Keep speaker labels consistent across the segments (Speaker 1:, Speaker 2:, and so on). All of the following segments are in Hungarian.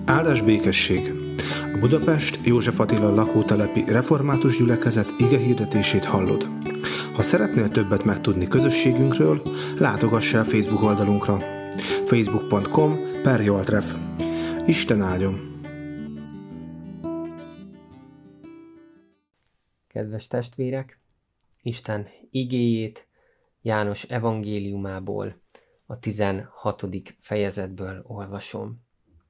Speaker 1: Áldás békesség! A Budapest József Attila lakótelepi református gyülekezet igehirdetését hallod. Ha szeretnél többet megtudni közösségünkről, látogass el Facebook oldalunkra. facebook.com/joltref. Isten áldjon!
Speaker 2: Kedves testvérek, Isten igéjét János evangéliumából, a 16. fejezetből olvasom.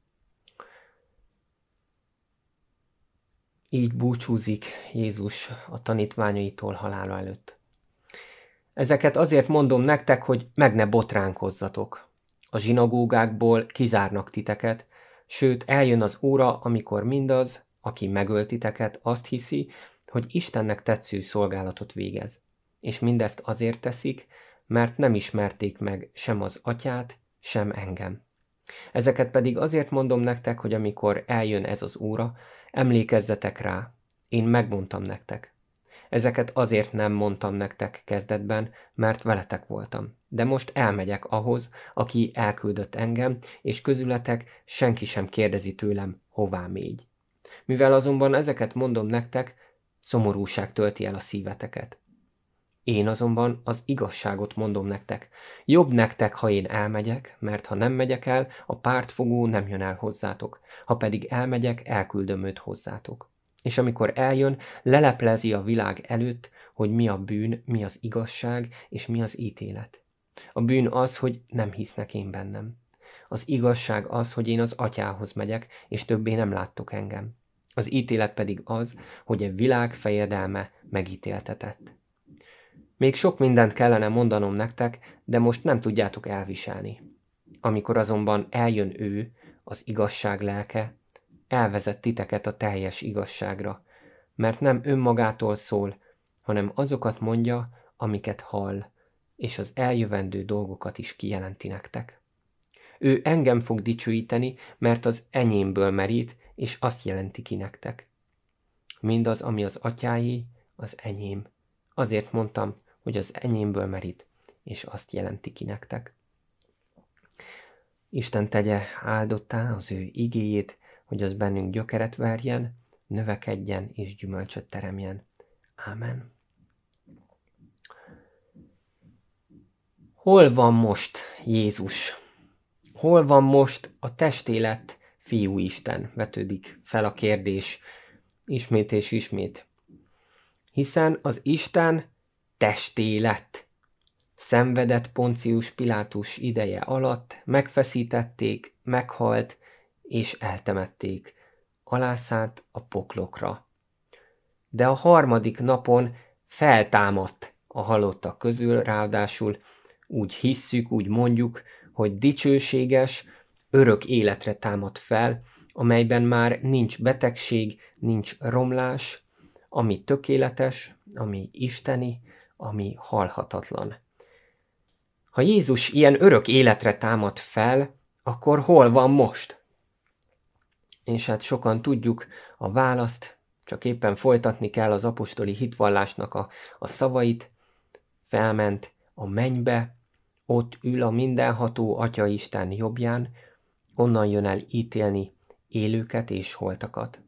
Speaker 2: Így búcsúzik Jézus a tanítványaitól halála előtt. Ezeket azért mondom nektek, hogy meg ne botránkozzatok. A zsinagógákból kizárnak titeket, sőt eljön az óra, amikor mindaz, aki megölt titeket, azt hiszi, hogy Istennek tetsző szolgálatot végez. És mindezt azért teszik, mert nem ismerték meg sem az Atyát, sem engem. Ezeket pedig azért mondom nektek, hogy amikor eljön ez az óra, emlékezzetek rá, én megmondtam nektek. Ezeket azért nem mondtam nektek kezdetben, mert veletek voltam. De most elmegyek ahhoz, aki elküldött engem, és közületek senki sem kérdezi tőlem, hová mégy. Mivel azonban ezeket mondom nektek, szomorúság tölti el a szíveteket. Én azonban az igazságot mondom nektek. Jobb nektek, ha én elmegyek, mert ha nem megyek el, a pártfogó nem jön el hozzátok. Ha pedig elmegyek, elküldöm őt hozzátok. És amikor eljön, leleplezi a világ előtt, hogy mi a bűn, mi az igazság, és mi az ítélet. A bűn az, hogy nem hisznek én bennem. Az igazság az, hogy én az Atyához megyek, és többé nem láttok engem. Az ítélet pedig az, hogy a világ fejedelme megítéltetett. Még sok mindent kellene mondanom nektek, de most nem tudjátok elviselni. Amikor azonban eljön ő, az igazság lelke, elvezet titeket a teljes igazságra, mert nem önmagától szól, hanem azokat mondja, amiket hall, és az eljövendő dolgokat is kijelenti nektek. Ő engem fog dicsőíteni, mert az enyémből merít, és azt jelenti ki nektek. Mindaz, ami az Atyáé, az enyém. Azért mondtam, hogy az enyémből merít, és azt jelenti ki nektek. Isten tegye áldottá az ő igéjét, hogy az bennünk gyökeret verjen, növekedjen és gyümölcsöt teremjen. Ámen. Hol van most Jézus? Hol van most a testélet Fiú Isten? Vetődik fel a kérdés ismét és ismét. Hiszen az Isten testé lett. Szenvedett Poncius Pilátus ideje alatt, megfeszítették, meghalt és eltemették, alászállt a poklokra. De a harmadik napon feltámadt a halottak közül, ráadásul úgy hisszük, úgy mondjuk, hogy dicsőséges, örök életre támadt fel, amelyben már nincs betegség, nincs romlás, ami tökéletes, ami isteni, ami halhatatlan. Ha Jézus ilyen örök életre támad fel, akkor hol van most? És hát sokan tudjuk a választ, csak éppen folytatni kell az apostoli hitvallásnak a szavait. Felment a mennybe, ott ül a mindenható Atya Isten jobbján, onnan jön el ítélni élőket és holtakat.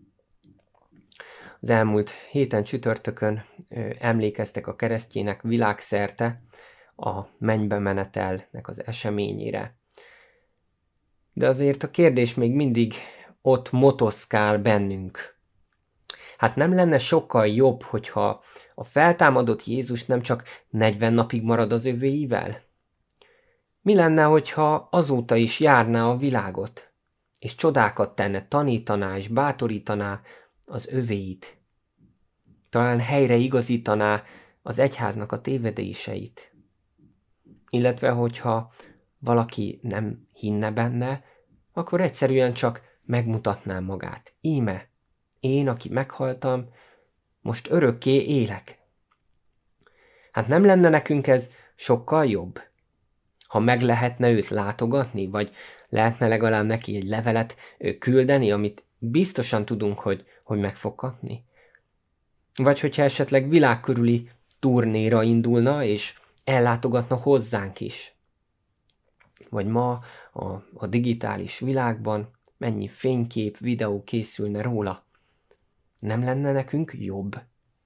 Speaker 2: Az elmúlt héten csütörtökön emlékeztek a keresztjének világszerte a mennybe menetelnek az eseményére. De azért a kérdés még mindig ott motoszkál bennünk. Hát nem lenne sokkal jobb, hogyha a feltámadott Jézus nem csak 40 napig marad az övéivel? Mi lenne, hogyha azóta is járná a világot, és csodákat tenne, tanítaná és bátorítaná az övéit? Talán helyre igazítaná az egyháznak a tévedéseit. Illetve, hogyha valaki nem hinne benne, akkor egyszerűen csak megmutatná magát. Íme, én, aki meghaltam, most örökké élek. Hát nem lenne nekünk ez sokkal jobb? Ha meg lehetne őt látogatni, vagy lehetne legalább neki egy levelet küldeni, amit biztosan tudunk, hogy meg fog kapni? Vagy hogyha esetleg világkörüli turnéra indulna, és ellátogatna hozzánk is. Vagy ma a digitális világban mennyi fénykép, videó készülne róla. Nem lenne nekünk jobb?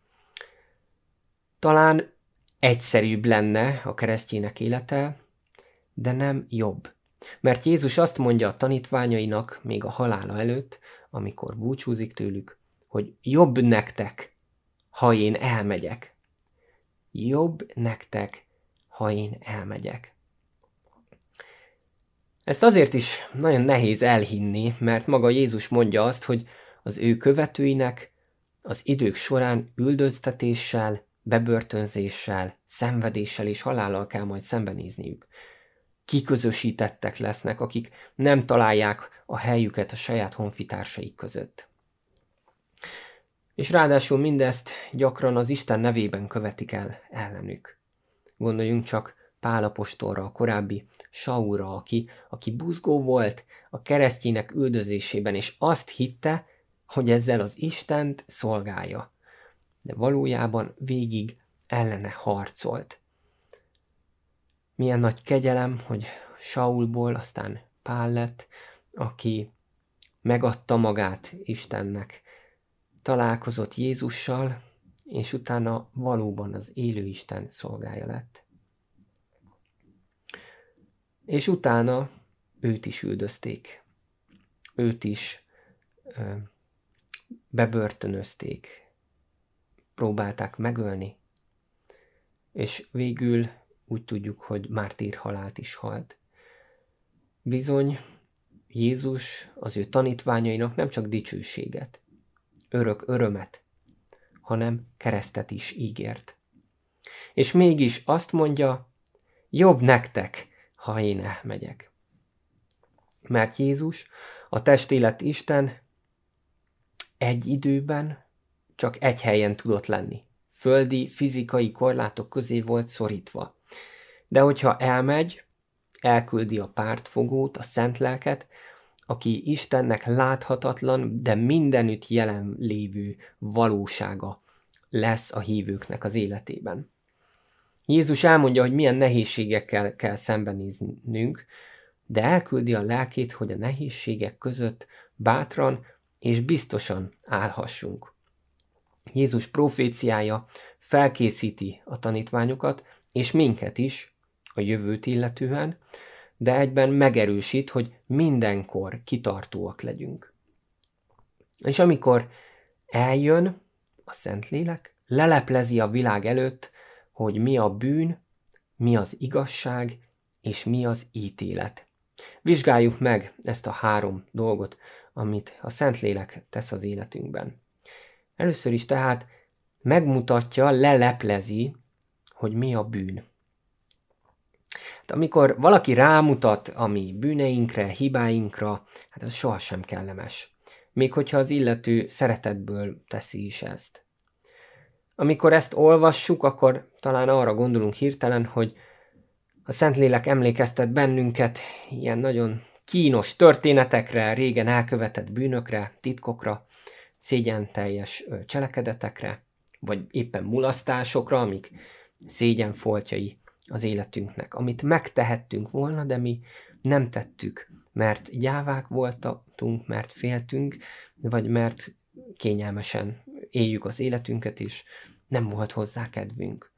Speaker 2: Talán egyszerűbb lenne a keresztjének élete, de nem jobb. Mert Jézus azt mondja a tanítványainak még a halála előtt, amikor búcsúzik tőlük, hogy jobb nektek, ha én elmegyek. Jobb nektek, ha én elmegyek. Ezt azért is nagyon nehéz elhinni, mert maga Jézus mondja azt, hogy az ő követőinek az idők során üldöztetéssel, bebörtönzéssel, szenvedéssel és halállal kell majd szembenézniük. Kiközösítettek lesznek, akik nem találják a helyüket a saját honfitársaik között. És ráadásul mindezt gyakran az Isten nevében követik el ellenük. Gondoljunk csak Pál apostolra, a korábbi Saulra, aki buzgó volt a keresztjének üldözésében, és azt hitte, hogy ezzel az Istent szolgálja. De valójában végig ellene harcolt. Milyen nagy kegyelem, hogy Saulból aztán Pál lett, aki megadta magát Istennek, találkozott Jézussal, és utána valóban az élő Isten szolgája lett. És utána őt is üldözték. Őt is bebörtönözték. Próbálták megölni. És végül úgy tudjuk, hogy mártírhalált is halt. Bizony, Jézus az ő tanítványainak nem csak dicsőséget, örök örömet, hanem keresztet is ígért. És mégis azt mondja, jobb nektek, ha én elmegyek. Mert Jézus, a testélet Isten egy időben csak egy helyen tudott lenni. Földi, fizikai korlátok közé volt szorítva. De hogyha elmegy, elküldi a pártfogót, a szent lelket, aki Istennek láthatatlan, de mindenütt jelen lévő valósága lesz a hívőknek az életében. Jézus elmondja, hogy milyen nehézségekkel kell szembenéznünk, de elküldi a lelkét, hogy a nehézségek között bátran és biztosan állhassunk. Jézus proféciája felkészíti a tanítványokat, és minket is a jövőt illetően, de egyben megerősít, hogy mindenkor kitartóak legyünk. És amikor eljön a Szentlélek, leleplezi a világ előtt, hogy mi a bűn, mi az igazság, és mi az ítélet. Vizsgáljuk meg ezt a 3 dolgot, amit a Szentlélek tesz az életünkben. Először is tehát megmutatja, leleplezi, hogy mi a bűn. Hát amikor valaki rámutat a mi bűneinkre, hibáinkra, hát az sohasem kellemes. Még hogyha az illető szeretetből teszi is ezt. Amikor ezt olvassuk, akkor talán arra gondolunk hirtelen, hogy a Szentlélek emlékeztet bennünket ilyen nagyon kínos történetekre, régen elkövetett bűnökre, titkokra, szégyenteljes cselekedetekre, vagy éppen mulasztásokra, amik szégyenfoltjai az életünknek, amit megtehettünk volna, de mi nem tettük, mert gyávák voltunk, mert féltünk, vagy mert kényelmesen éljük az életünket, és nem volt hozzá kedvünk.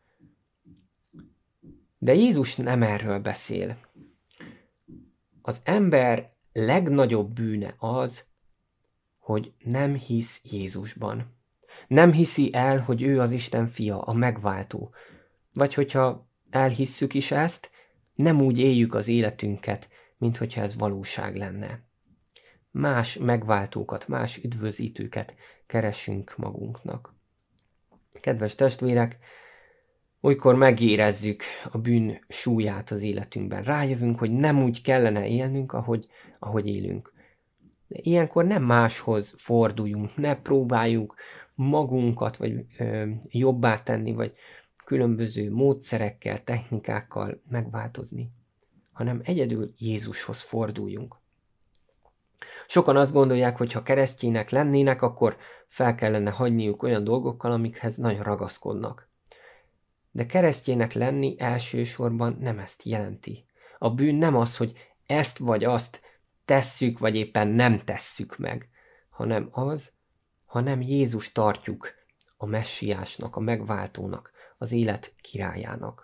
Speaker 2: De Jézus nem erről beszél. Az ember legnagyobb bűne az, hogy nem hisz Jézusban. Nem hiszi el, hogy ő az Isten fia, a megváltó. Vagy hogyha elhisszük is ezt, nem úgy éljük az életünket, mint hogyha ez valóság lenne. Más megváltókat, más üdvözítőket keresünk magunknak. Kedves testvérek, olykor megérezzük a bűn súlyát az életünkben. Rájövünk, hogy nem úgy kellene élnünk, ahogy élünk. De ilyenkor nem máshoz forduljunk, ne próbáljuk magunkat vagy jobbá tenni, vagy különböző módszerekkel, technikákkal megváltozni, hanem egyedül Jézushoz forduljunk. Sokan azt gondolják, hogy ha keresztjének lennének, akkor fel kellene hagyniuk olyan dolgokkal, amikhez nagyon ragaszkodnak. De keresztjének lenni elsősorban nem ezt jelenti. A bűn nem az, hogy ezt vagy azt tesszük, vagy éppen nem tesszük meg, hanem Jézus tartjuk a messiásnak, a megváltónak, az élet királyának.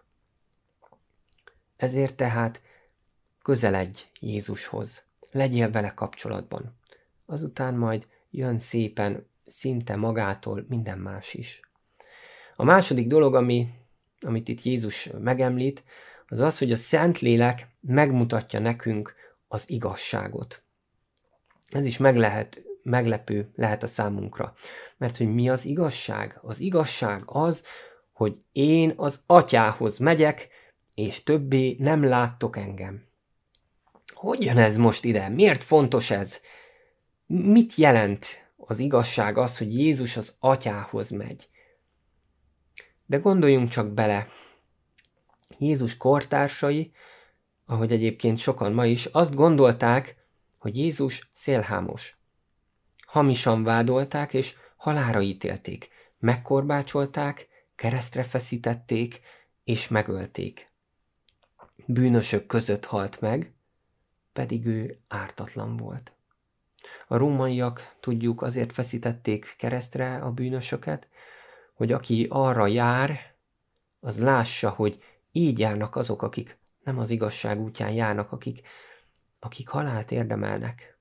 Speaker 2: Ezért tehát közeledj Jézushoz, legyél vele kapcsolatban. Azután majd jön szépen, szinte magától minden más is. A második dolog, amit itt Jézus megemlít, az az, hogy a Szentlélek megmutatja nekünk az igazságot. Ez is meglepő lehet a számunkra. Mert hogy mi az igazság? Az igazság az, hogy én az Atyához megyek, és többé nem láttok engem. Hogy jön ez most ide? Miért fontos ez? Mit jelent az igazság az, hogy Jézus az Atyához megy? De gondoljunk csak bele, Jézus kortársai, ahogy egyébként sokan ma is, azt gondolták, hogy Jézus szélhámos. Hamisan vádolták és halálra ítélték. Megkorbácsolták, keresztre feszítették és megölték. Bűnösök között halt meg, pedig ő ártatlan volt. A rómaiak, tudjuk, azért feszítették keresztre a bűnösöket, hogy aki arra jár, az lássa, hogy így járnak azok, akik nem az igazság útján járnak, akik halált érdemelnek.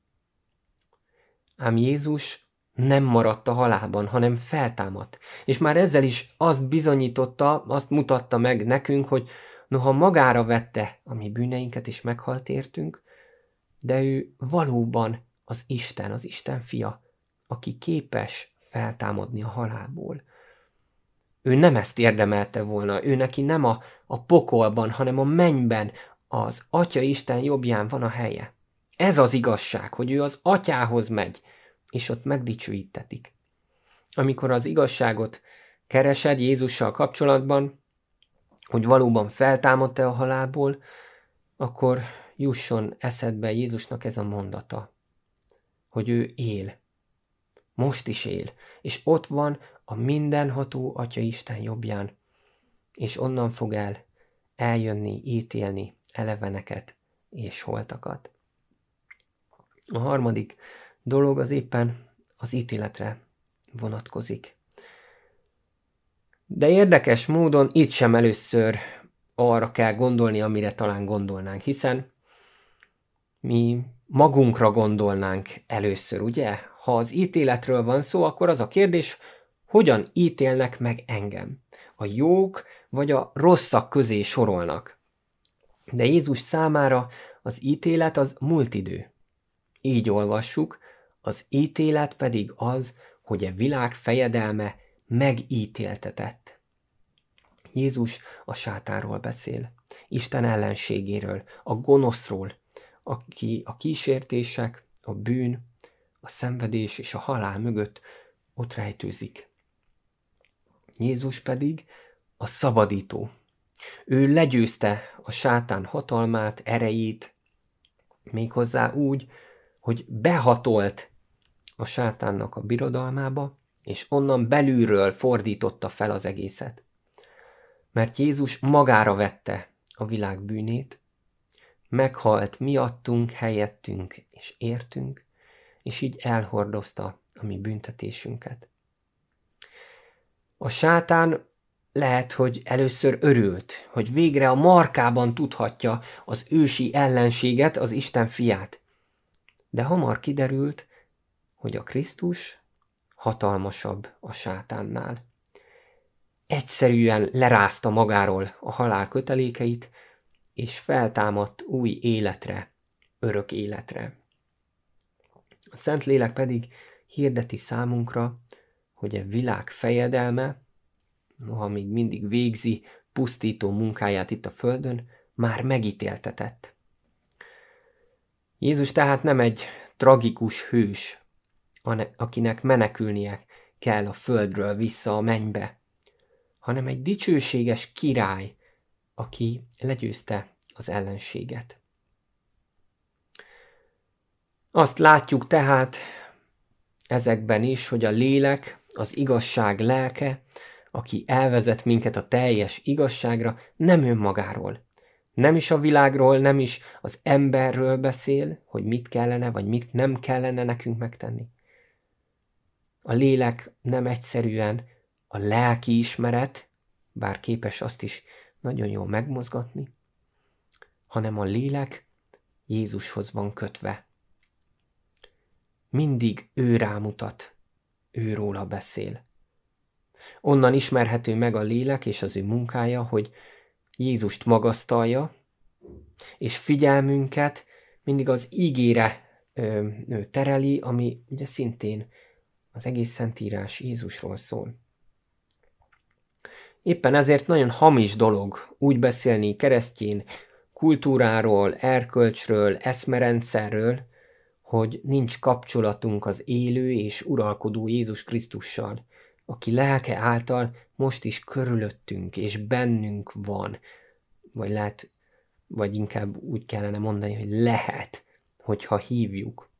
Speaker 2: Ám Jézus nem maradt a halálban, hanem feltámadt. És már ezzel is azt bizonyította, azt mutatta meg nekünk, hogy noha magára vette a mi bűneinket, és meghalt értünk, de ő valóban az Isten fia, aki képes feltámadni a halálból. Ő nem ezt érdemelte volna, ő neki nem a pokolban, hanem a mennyben, az Atya Isten jobbján van a helye. Ez az igazság, hogy ő az Atyához megy, és ott megdicsőítetik. Amikor az igazságot keresed Jézussal kapcsolatban, hogy valóban feltámadt-e a halálból, akkor jusson eszedbe Jézusnak ez a mondata, hogy ő él. Most is él, és ott van a mindenható Atya Isten jobbján, és onnan fog eljönni, ítélni eleveneket és holtakat. A harmadik dolog az éppen az ítéletre vonatkozik. De érdekes módon itt sem először arra kell gondolni, amire talán gondolnánk, hiszen mi magunkra gondolnánk először, ugye? Ha az ítéletről van szó, akkor az a kérdés, hogyan ítélnek meg engem? A jók vagy a rosszak közé sorolnak. De Jézus számára az ítélet az múlt idő. Így olvassuk, az ítélet pedig az, hogy a világ fejedelme megítéltetett. Jézus a sátánról beszél, Isten ellenségéről, a gonoszról, aki a kísértések, a bűn, a szenvedés és a halál mögött ott rejtőzik. Jézus pedig a szabadító. Ő legyőzte a sátán hatalmát, erejét, méghozzá úgy, hogy behatolt a sátánnak a birodalmába, és onnan belülről fordította fel az egészet. Mert Jézus magára vette a világ bűnét, meghalt miattunk, helyettünk és értünk, és így elhordozta a mi büntetésünket. A sátán lehet, hogy először örült, hogy végre a markában tudhatja az ősi ellenséget, az Isten fiát. De hamar kiderült, hogy a Krisztus hatalmasabb a sátánnál. Egyszerűen lerázta magáról a halál kötelékeit, és feltámadt új életre, örök életre. A Szentlélek pedig hirdeti számunkra, hogy a világ fejedelme, noha még mindig végzi pusztító munkáját itt a földön, már megítéltetett. Jézus tehát nem egy tragikus hős, akinek menekülnie kell a földről vissza a mennybe, hanem egy dicsőséges király, aki legyőzte az ellenséget. Azt látjuk tehát ezekben is, hogy a lélek, az igazság lelke, aki elvezet minket a teljes igazságra, nem önmagáról, Nem is a világról, nem is az emberről beszél, hogy mit kellene, vagy mit nem kellene nekünk megtenni. A lélek nem egyszerűen a lelki ismeret, bár képes azt is nagyon jól megmozgatni, hanem a lélek Jézushoz van kötve. Mindig ő rámutat, ő róla beszél. Onnan ismerhető meg a lélek és az ő munkája, hogy Jézust magasztalja, és figyelmünket mindig az ígére tereli, ami ugye szintén az egész Szentírás Jézusról szól. Éppen ezért nagyon hamis dolog úgy beszélni keresztény kultúráról, erkölcsről, eszmerendszerről, hogy nincs kapcsolatunk az élő és uralkodó Jézus Krisztussal, aki lelke által most is körülöttünk és bennünk van, vagy inkább úgy kellene mondani, hogy lehet, hogyha hívjuk.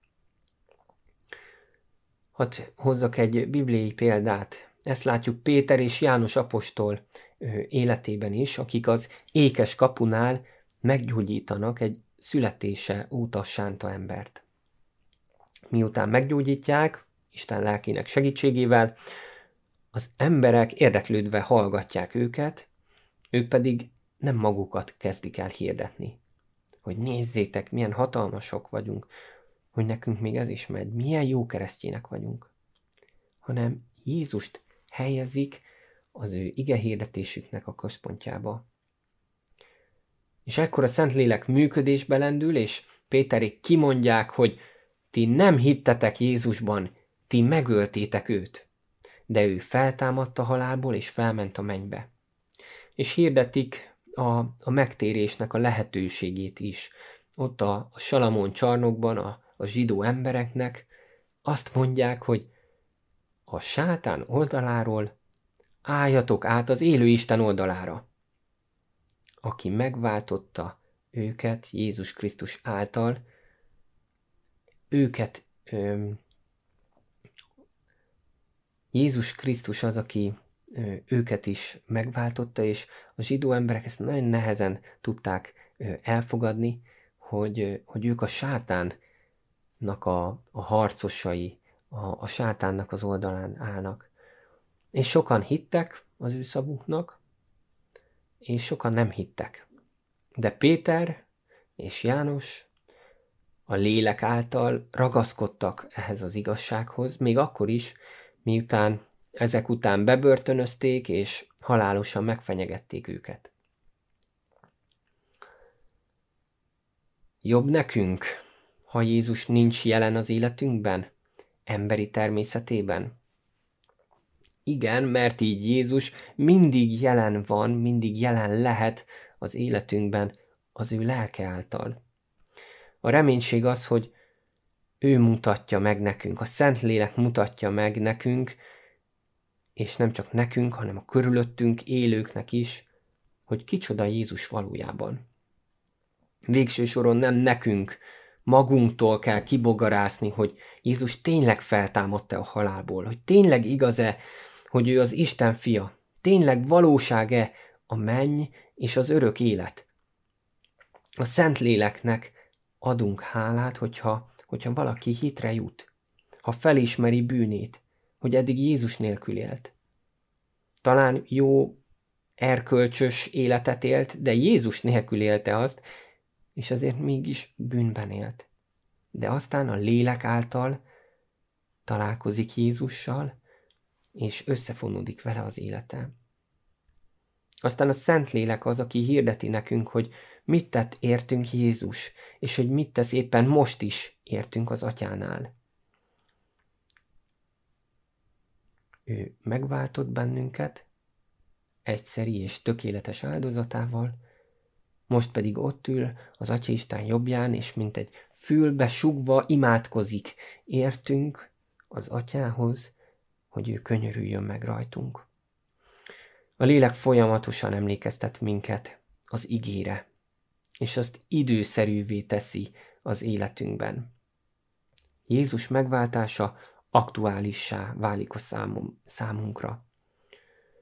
Speaker 2: Hadd hozzak egy bibliai példát. Ezt látjuk Péter és János apostol életében is, akik az ékes kapunál meggyógyítanak egy születése óta sánta embert. Miután meggyógyítják, Isten lelkének segítségével, az emberek érdeklődve hallgatják őket, ők pedig nem magukat kezdik el hirdetni. Hogy nézzétek, milyen hatalmasok vagyunk, hogy nekünk még ez is megy, milyen jó keresztjének vagyunk. Hanem Jézust helyezik az ő igehirdetésüknek a központjába. És ekkor a Szentlélek működésbe lendül, és Péterék kimondják, hogy ti nem hittetek Jézusban, ti megöltétek őt. De ő feltámadt a halálból, és felment a mennybe. És hirdetik a megtérésnek a lehetőségét is. Ott a Salamon csarnokban a zsidó embereknek azt mondják, hogy a sátán oldaláról álljatok át az élő Isten oldalára, aki megváltotta őket Jézus Krisztus által, Jézus Krisztus az, aki őket is megváltotta, és a zsidó emberek ezt nagyon nehezen tudták elfogadni, hogy ők a sátánnak a harcosai, a sátánnak az oldalán állnak. És sokan hittek az ő szavuknak, és sokan nem hittek. De Péter és János a lélek által ragaszkodtak ehhez az igazsághoz, még akkor is, miután ezek után bebörtönözték, és halálosan megfenyegették őket. Jobb nekünk, ha Jézus nincs jelen az életünkben, emberi természetében? Igen, mert így Jézus mindig jelen van, mindig jelen lehet az életünkben az ő lelke által. A reménység az, hogy ő mutatja meg nekünk, a Szentlélek mutatja meg nekünk, és nem csak nekünk, hanem a körülöttünk élőknek is, hogy kicsoda Jézus valójában. Végső soron nem nekünk, magunktól kell kibogarászni, hogy Jézus tényleg feltámadta a halálból, hogy tényleg igaz-e, hogy ő az Isten fia, tényleg valóság-e a menny és az örök élet. A Szentléleknek adunk hálát, hogyha valaki hitre jut, ha felismeri bűnét, hogy eddig Jézus nélkül élt. Talán jó, erkölcsös életet élt, de Jézus nélkül élte azt, és azért mégis bűnben élt. De aztán a lélek által találkozik Jézussal, és összefonódik vele az élete. Aztán a Szentlélek az, aki hirdeti nekünk, hogy mit tett értünk Jézus, és hogy mit tesz éppen most is értünk az Atyánál. Ő megváltott bennünket egyszeri és tökéletes áldozatával, most pedig ott ül az Atyaisten jobbján, és mint egy fülbe sugva imádkozik értünk az Atyához, hogy ő könyörüljön meg rajtunk. A lélek folyamatosan emlékeztet minket az igére, és azt időszerűvé teszi az életünkben. Jézus megváltása aktuálissá válik a számunkra.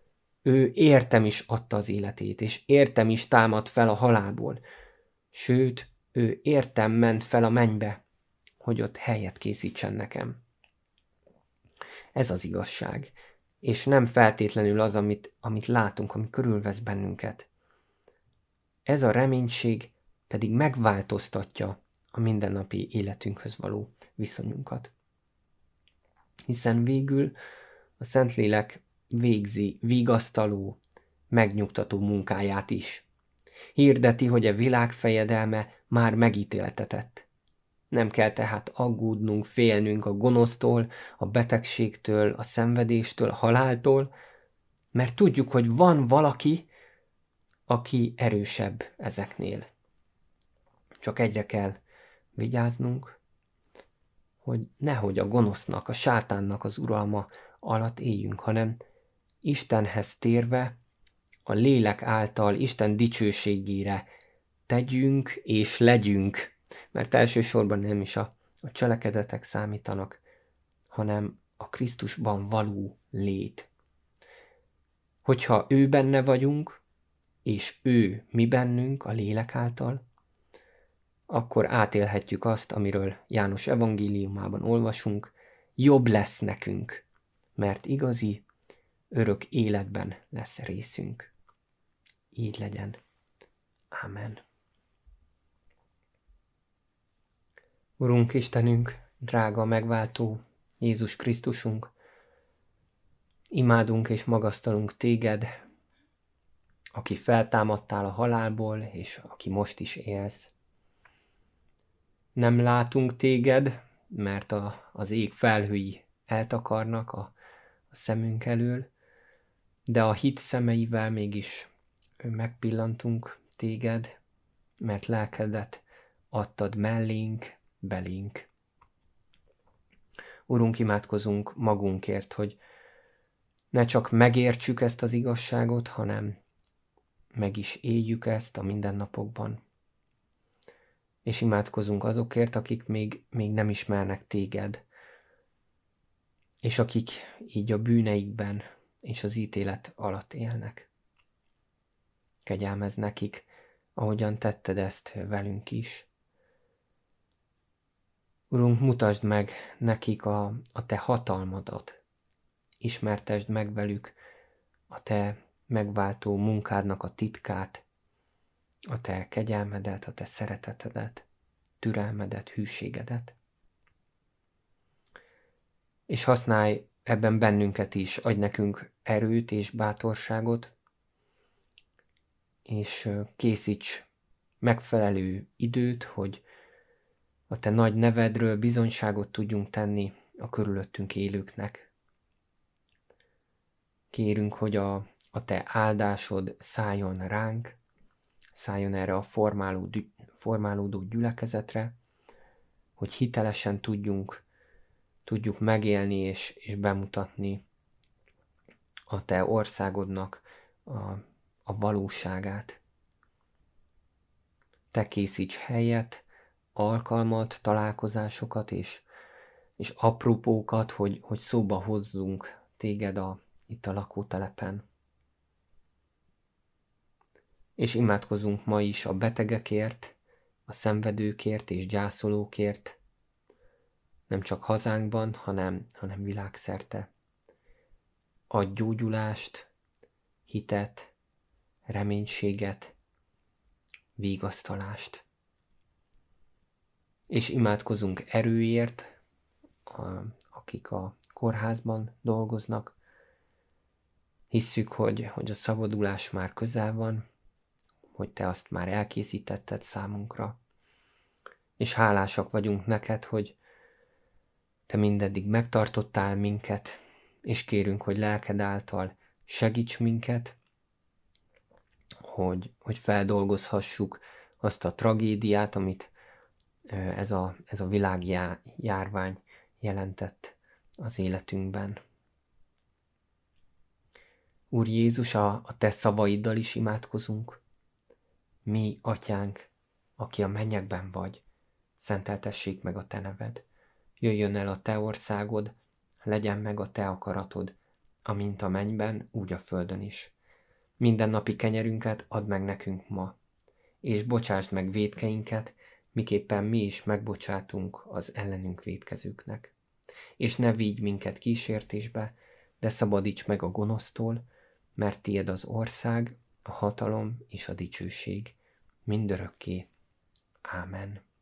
Speaker 2: Ő értem is adta az életét, és értem is támadt fel a halálból. Sőt, ő értem ment fel a mennybe, hogy ott helyet készítsen nekem. Ez az igazság, és nem feltétlenül az, amit látunk, ami körülvesz bennünket. Ez a reménység pedig megváltoztatja a mindennapi életünkhöz való viszonyunkat. Hiszen végül a Szentlélek végzi vigasztaló, megnyugtató munkáját is. Hirdeti, hogy a világ fejedelme már megítéltetett. Nem kell tehát aggódnunk, félnünk a gonosztól, a betegségtől, a szenvedéstől, a haláltól, mert tudjuk, hogy van valaki, aki erősebb ezeknél. Csak egyre kell vigyáznunk, hogy nehogy a gonosznak, a sátánnak az uralma alatt éljünk, hanem Istenhez térve, a lélek által Isten dicsőségére tegyünk és legyünk, mert elsősorban nem is a cselekedetek számítanak, hanem a Krisztusban való lét. Hogyha ő benne vagyunk, és ő mi bennünk a lélek által, akkor átélhetjük azt, amiről János evangéliumában olvasunk, jobb lesz nekünk, mert igazi, örök életben lesz részünk. Így legyen. Ámen. Urunk Istenünk, drága megváltó Jézus Krisztusunk, imádunk és magasztalunk téged, aki feltámadtál a halálból, és aki most is élsz. Nem látunk téged, mert az ég felhői eltakarnak a szemünk elől, de a hit szemeivel mégis megpillantunk téged, mert lelkedet adtad mellénk, belénk. Urunk, imádkozunk magunkért, hogy ne csak megértsük ezt az igazságot, hanem meg is éljük ezt a mindennapokban. És imádkozunk azokért, akik még nem ismernek téged, és akik így a bűneikben és az ítélet alatt élnek. Kegyelmezz nekik, ahogyan tetted ezt velünk is. Urunk, mutasd meg nekik a te hatalmadat, ismertesd meg velük a te megváltó munkádnak a titkát, a te kegyelmedet, a te szeretetedet, türelmedet, hűségedet. És használj ebben bennünket is, adj nekünk erőt és bátorságot, és készíts megfelelő időt, hogy a te nagy nevedről bizonyságot tudjunk tenni a körülöttünk élőknek. Kérünk, hogy a te áldásod szálljon ránk, szálljon erre a formálódó gyülekezetre, hogy hitelesen tudjuk megélni és bemutatni a te országodnak a valóságát. Te készíts helyet, alkalmat, találkozásokat és apropókat, hogy szóba hozzunk téged itt a lakótelepen. És imádkozunk ma is a betegekért, a szenvedőkért és gyászolókért, nem csak hazánkban, hanem világszerte. Adj gyógyulást, hitet, reménységet, vigasztalást. És imádkozunk erőért, akik a kórházban dolgoznak. Hisszük, hogy a szabadulás már közel van, hogy te azt már elkészítetted számunkra. És hálásak vagyunk neked, hogy te mindeddig megtartottál minket, és kérünk, hogy lelked által segíts minket, hogy feldolgozhassuk azt a tragédiát, amit ez a világjárvány jelentett az életünkben. Úr Jézus, a te szavaiddal is imádkozunk. Mi, Atyánk, aki a mennyekben vagy, szenteltessék meg a te neved. Jöjjön el a te országod, legyen meg a te akaratod, amint a mennyben, úgy a földön is. Mindennapi kenyerünket add meg nekünk ma, és bocsásd meg vétkeinket, miképpen mi is megbocsátunk az ellenünk vétkezőknek. És ne vigy minket kísértésbe, de szabadíts meg a gonosztól, mert tied az ország, a hatalom és a dicsőség mindörökké. Ámen.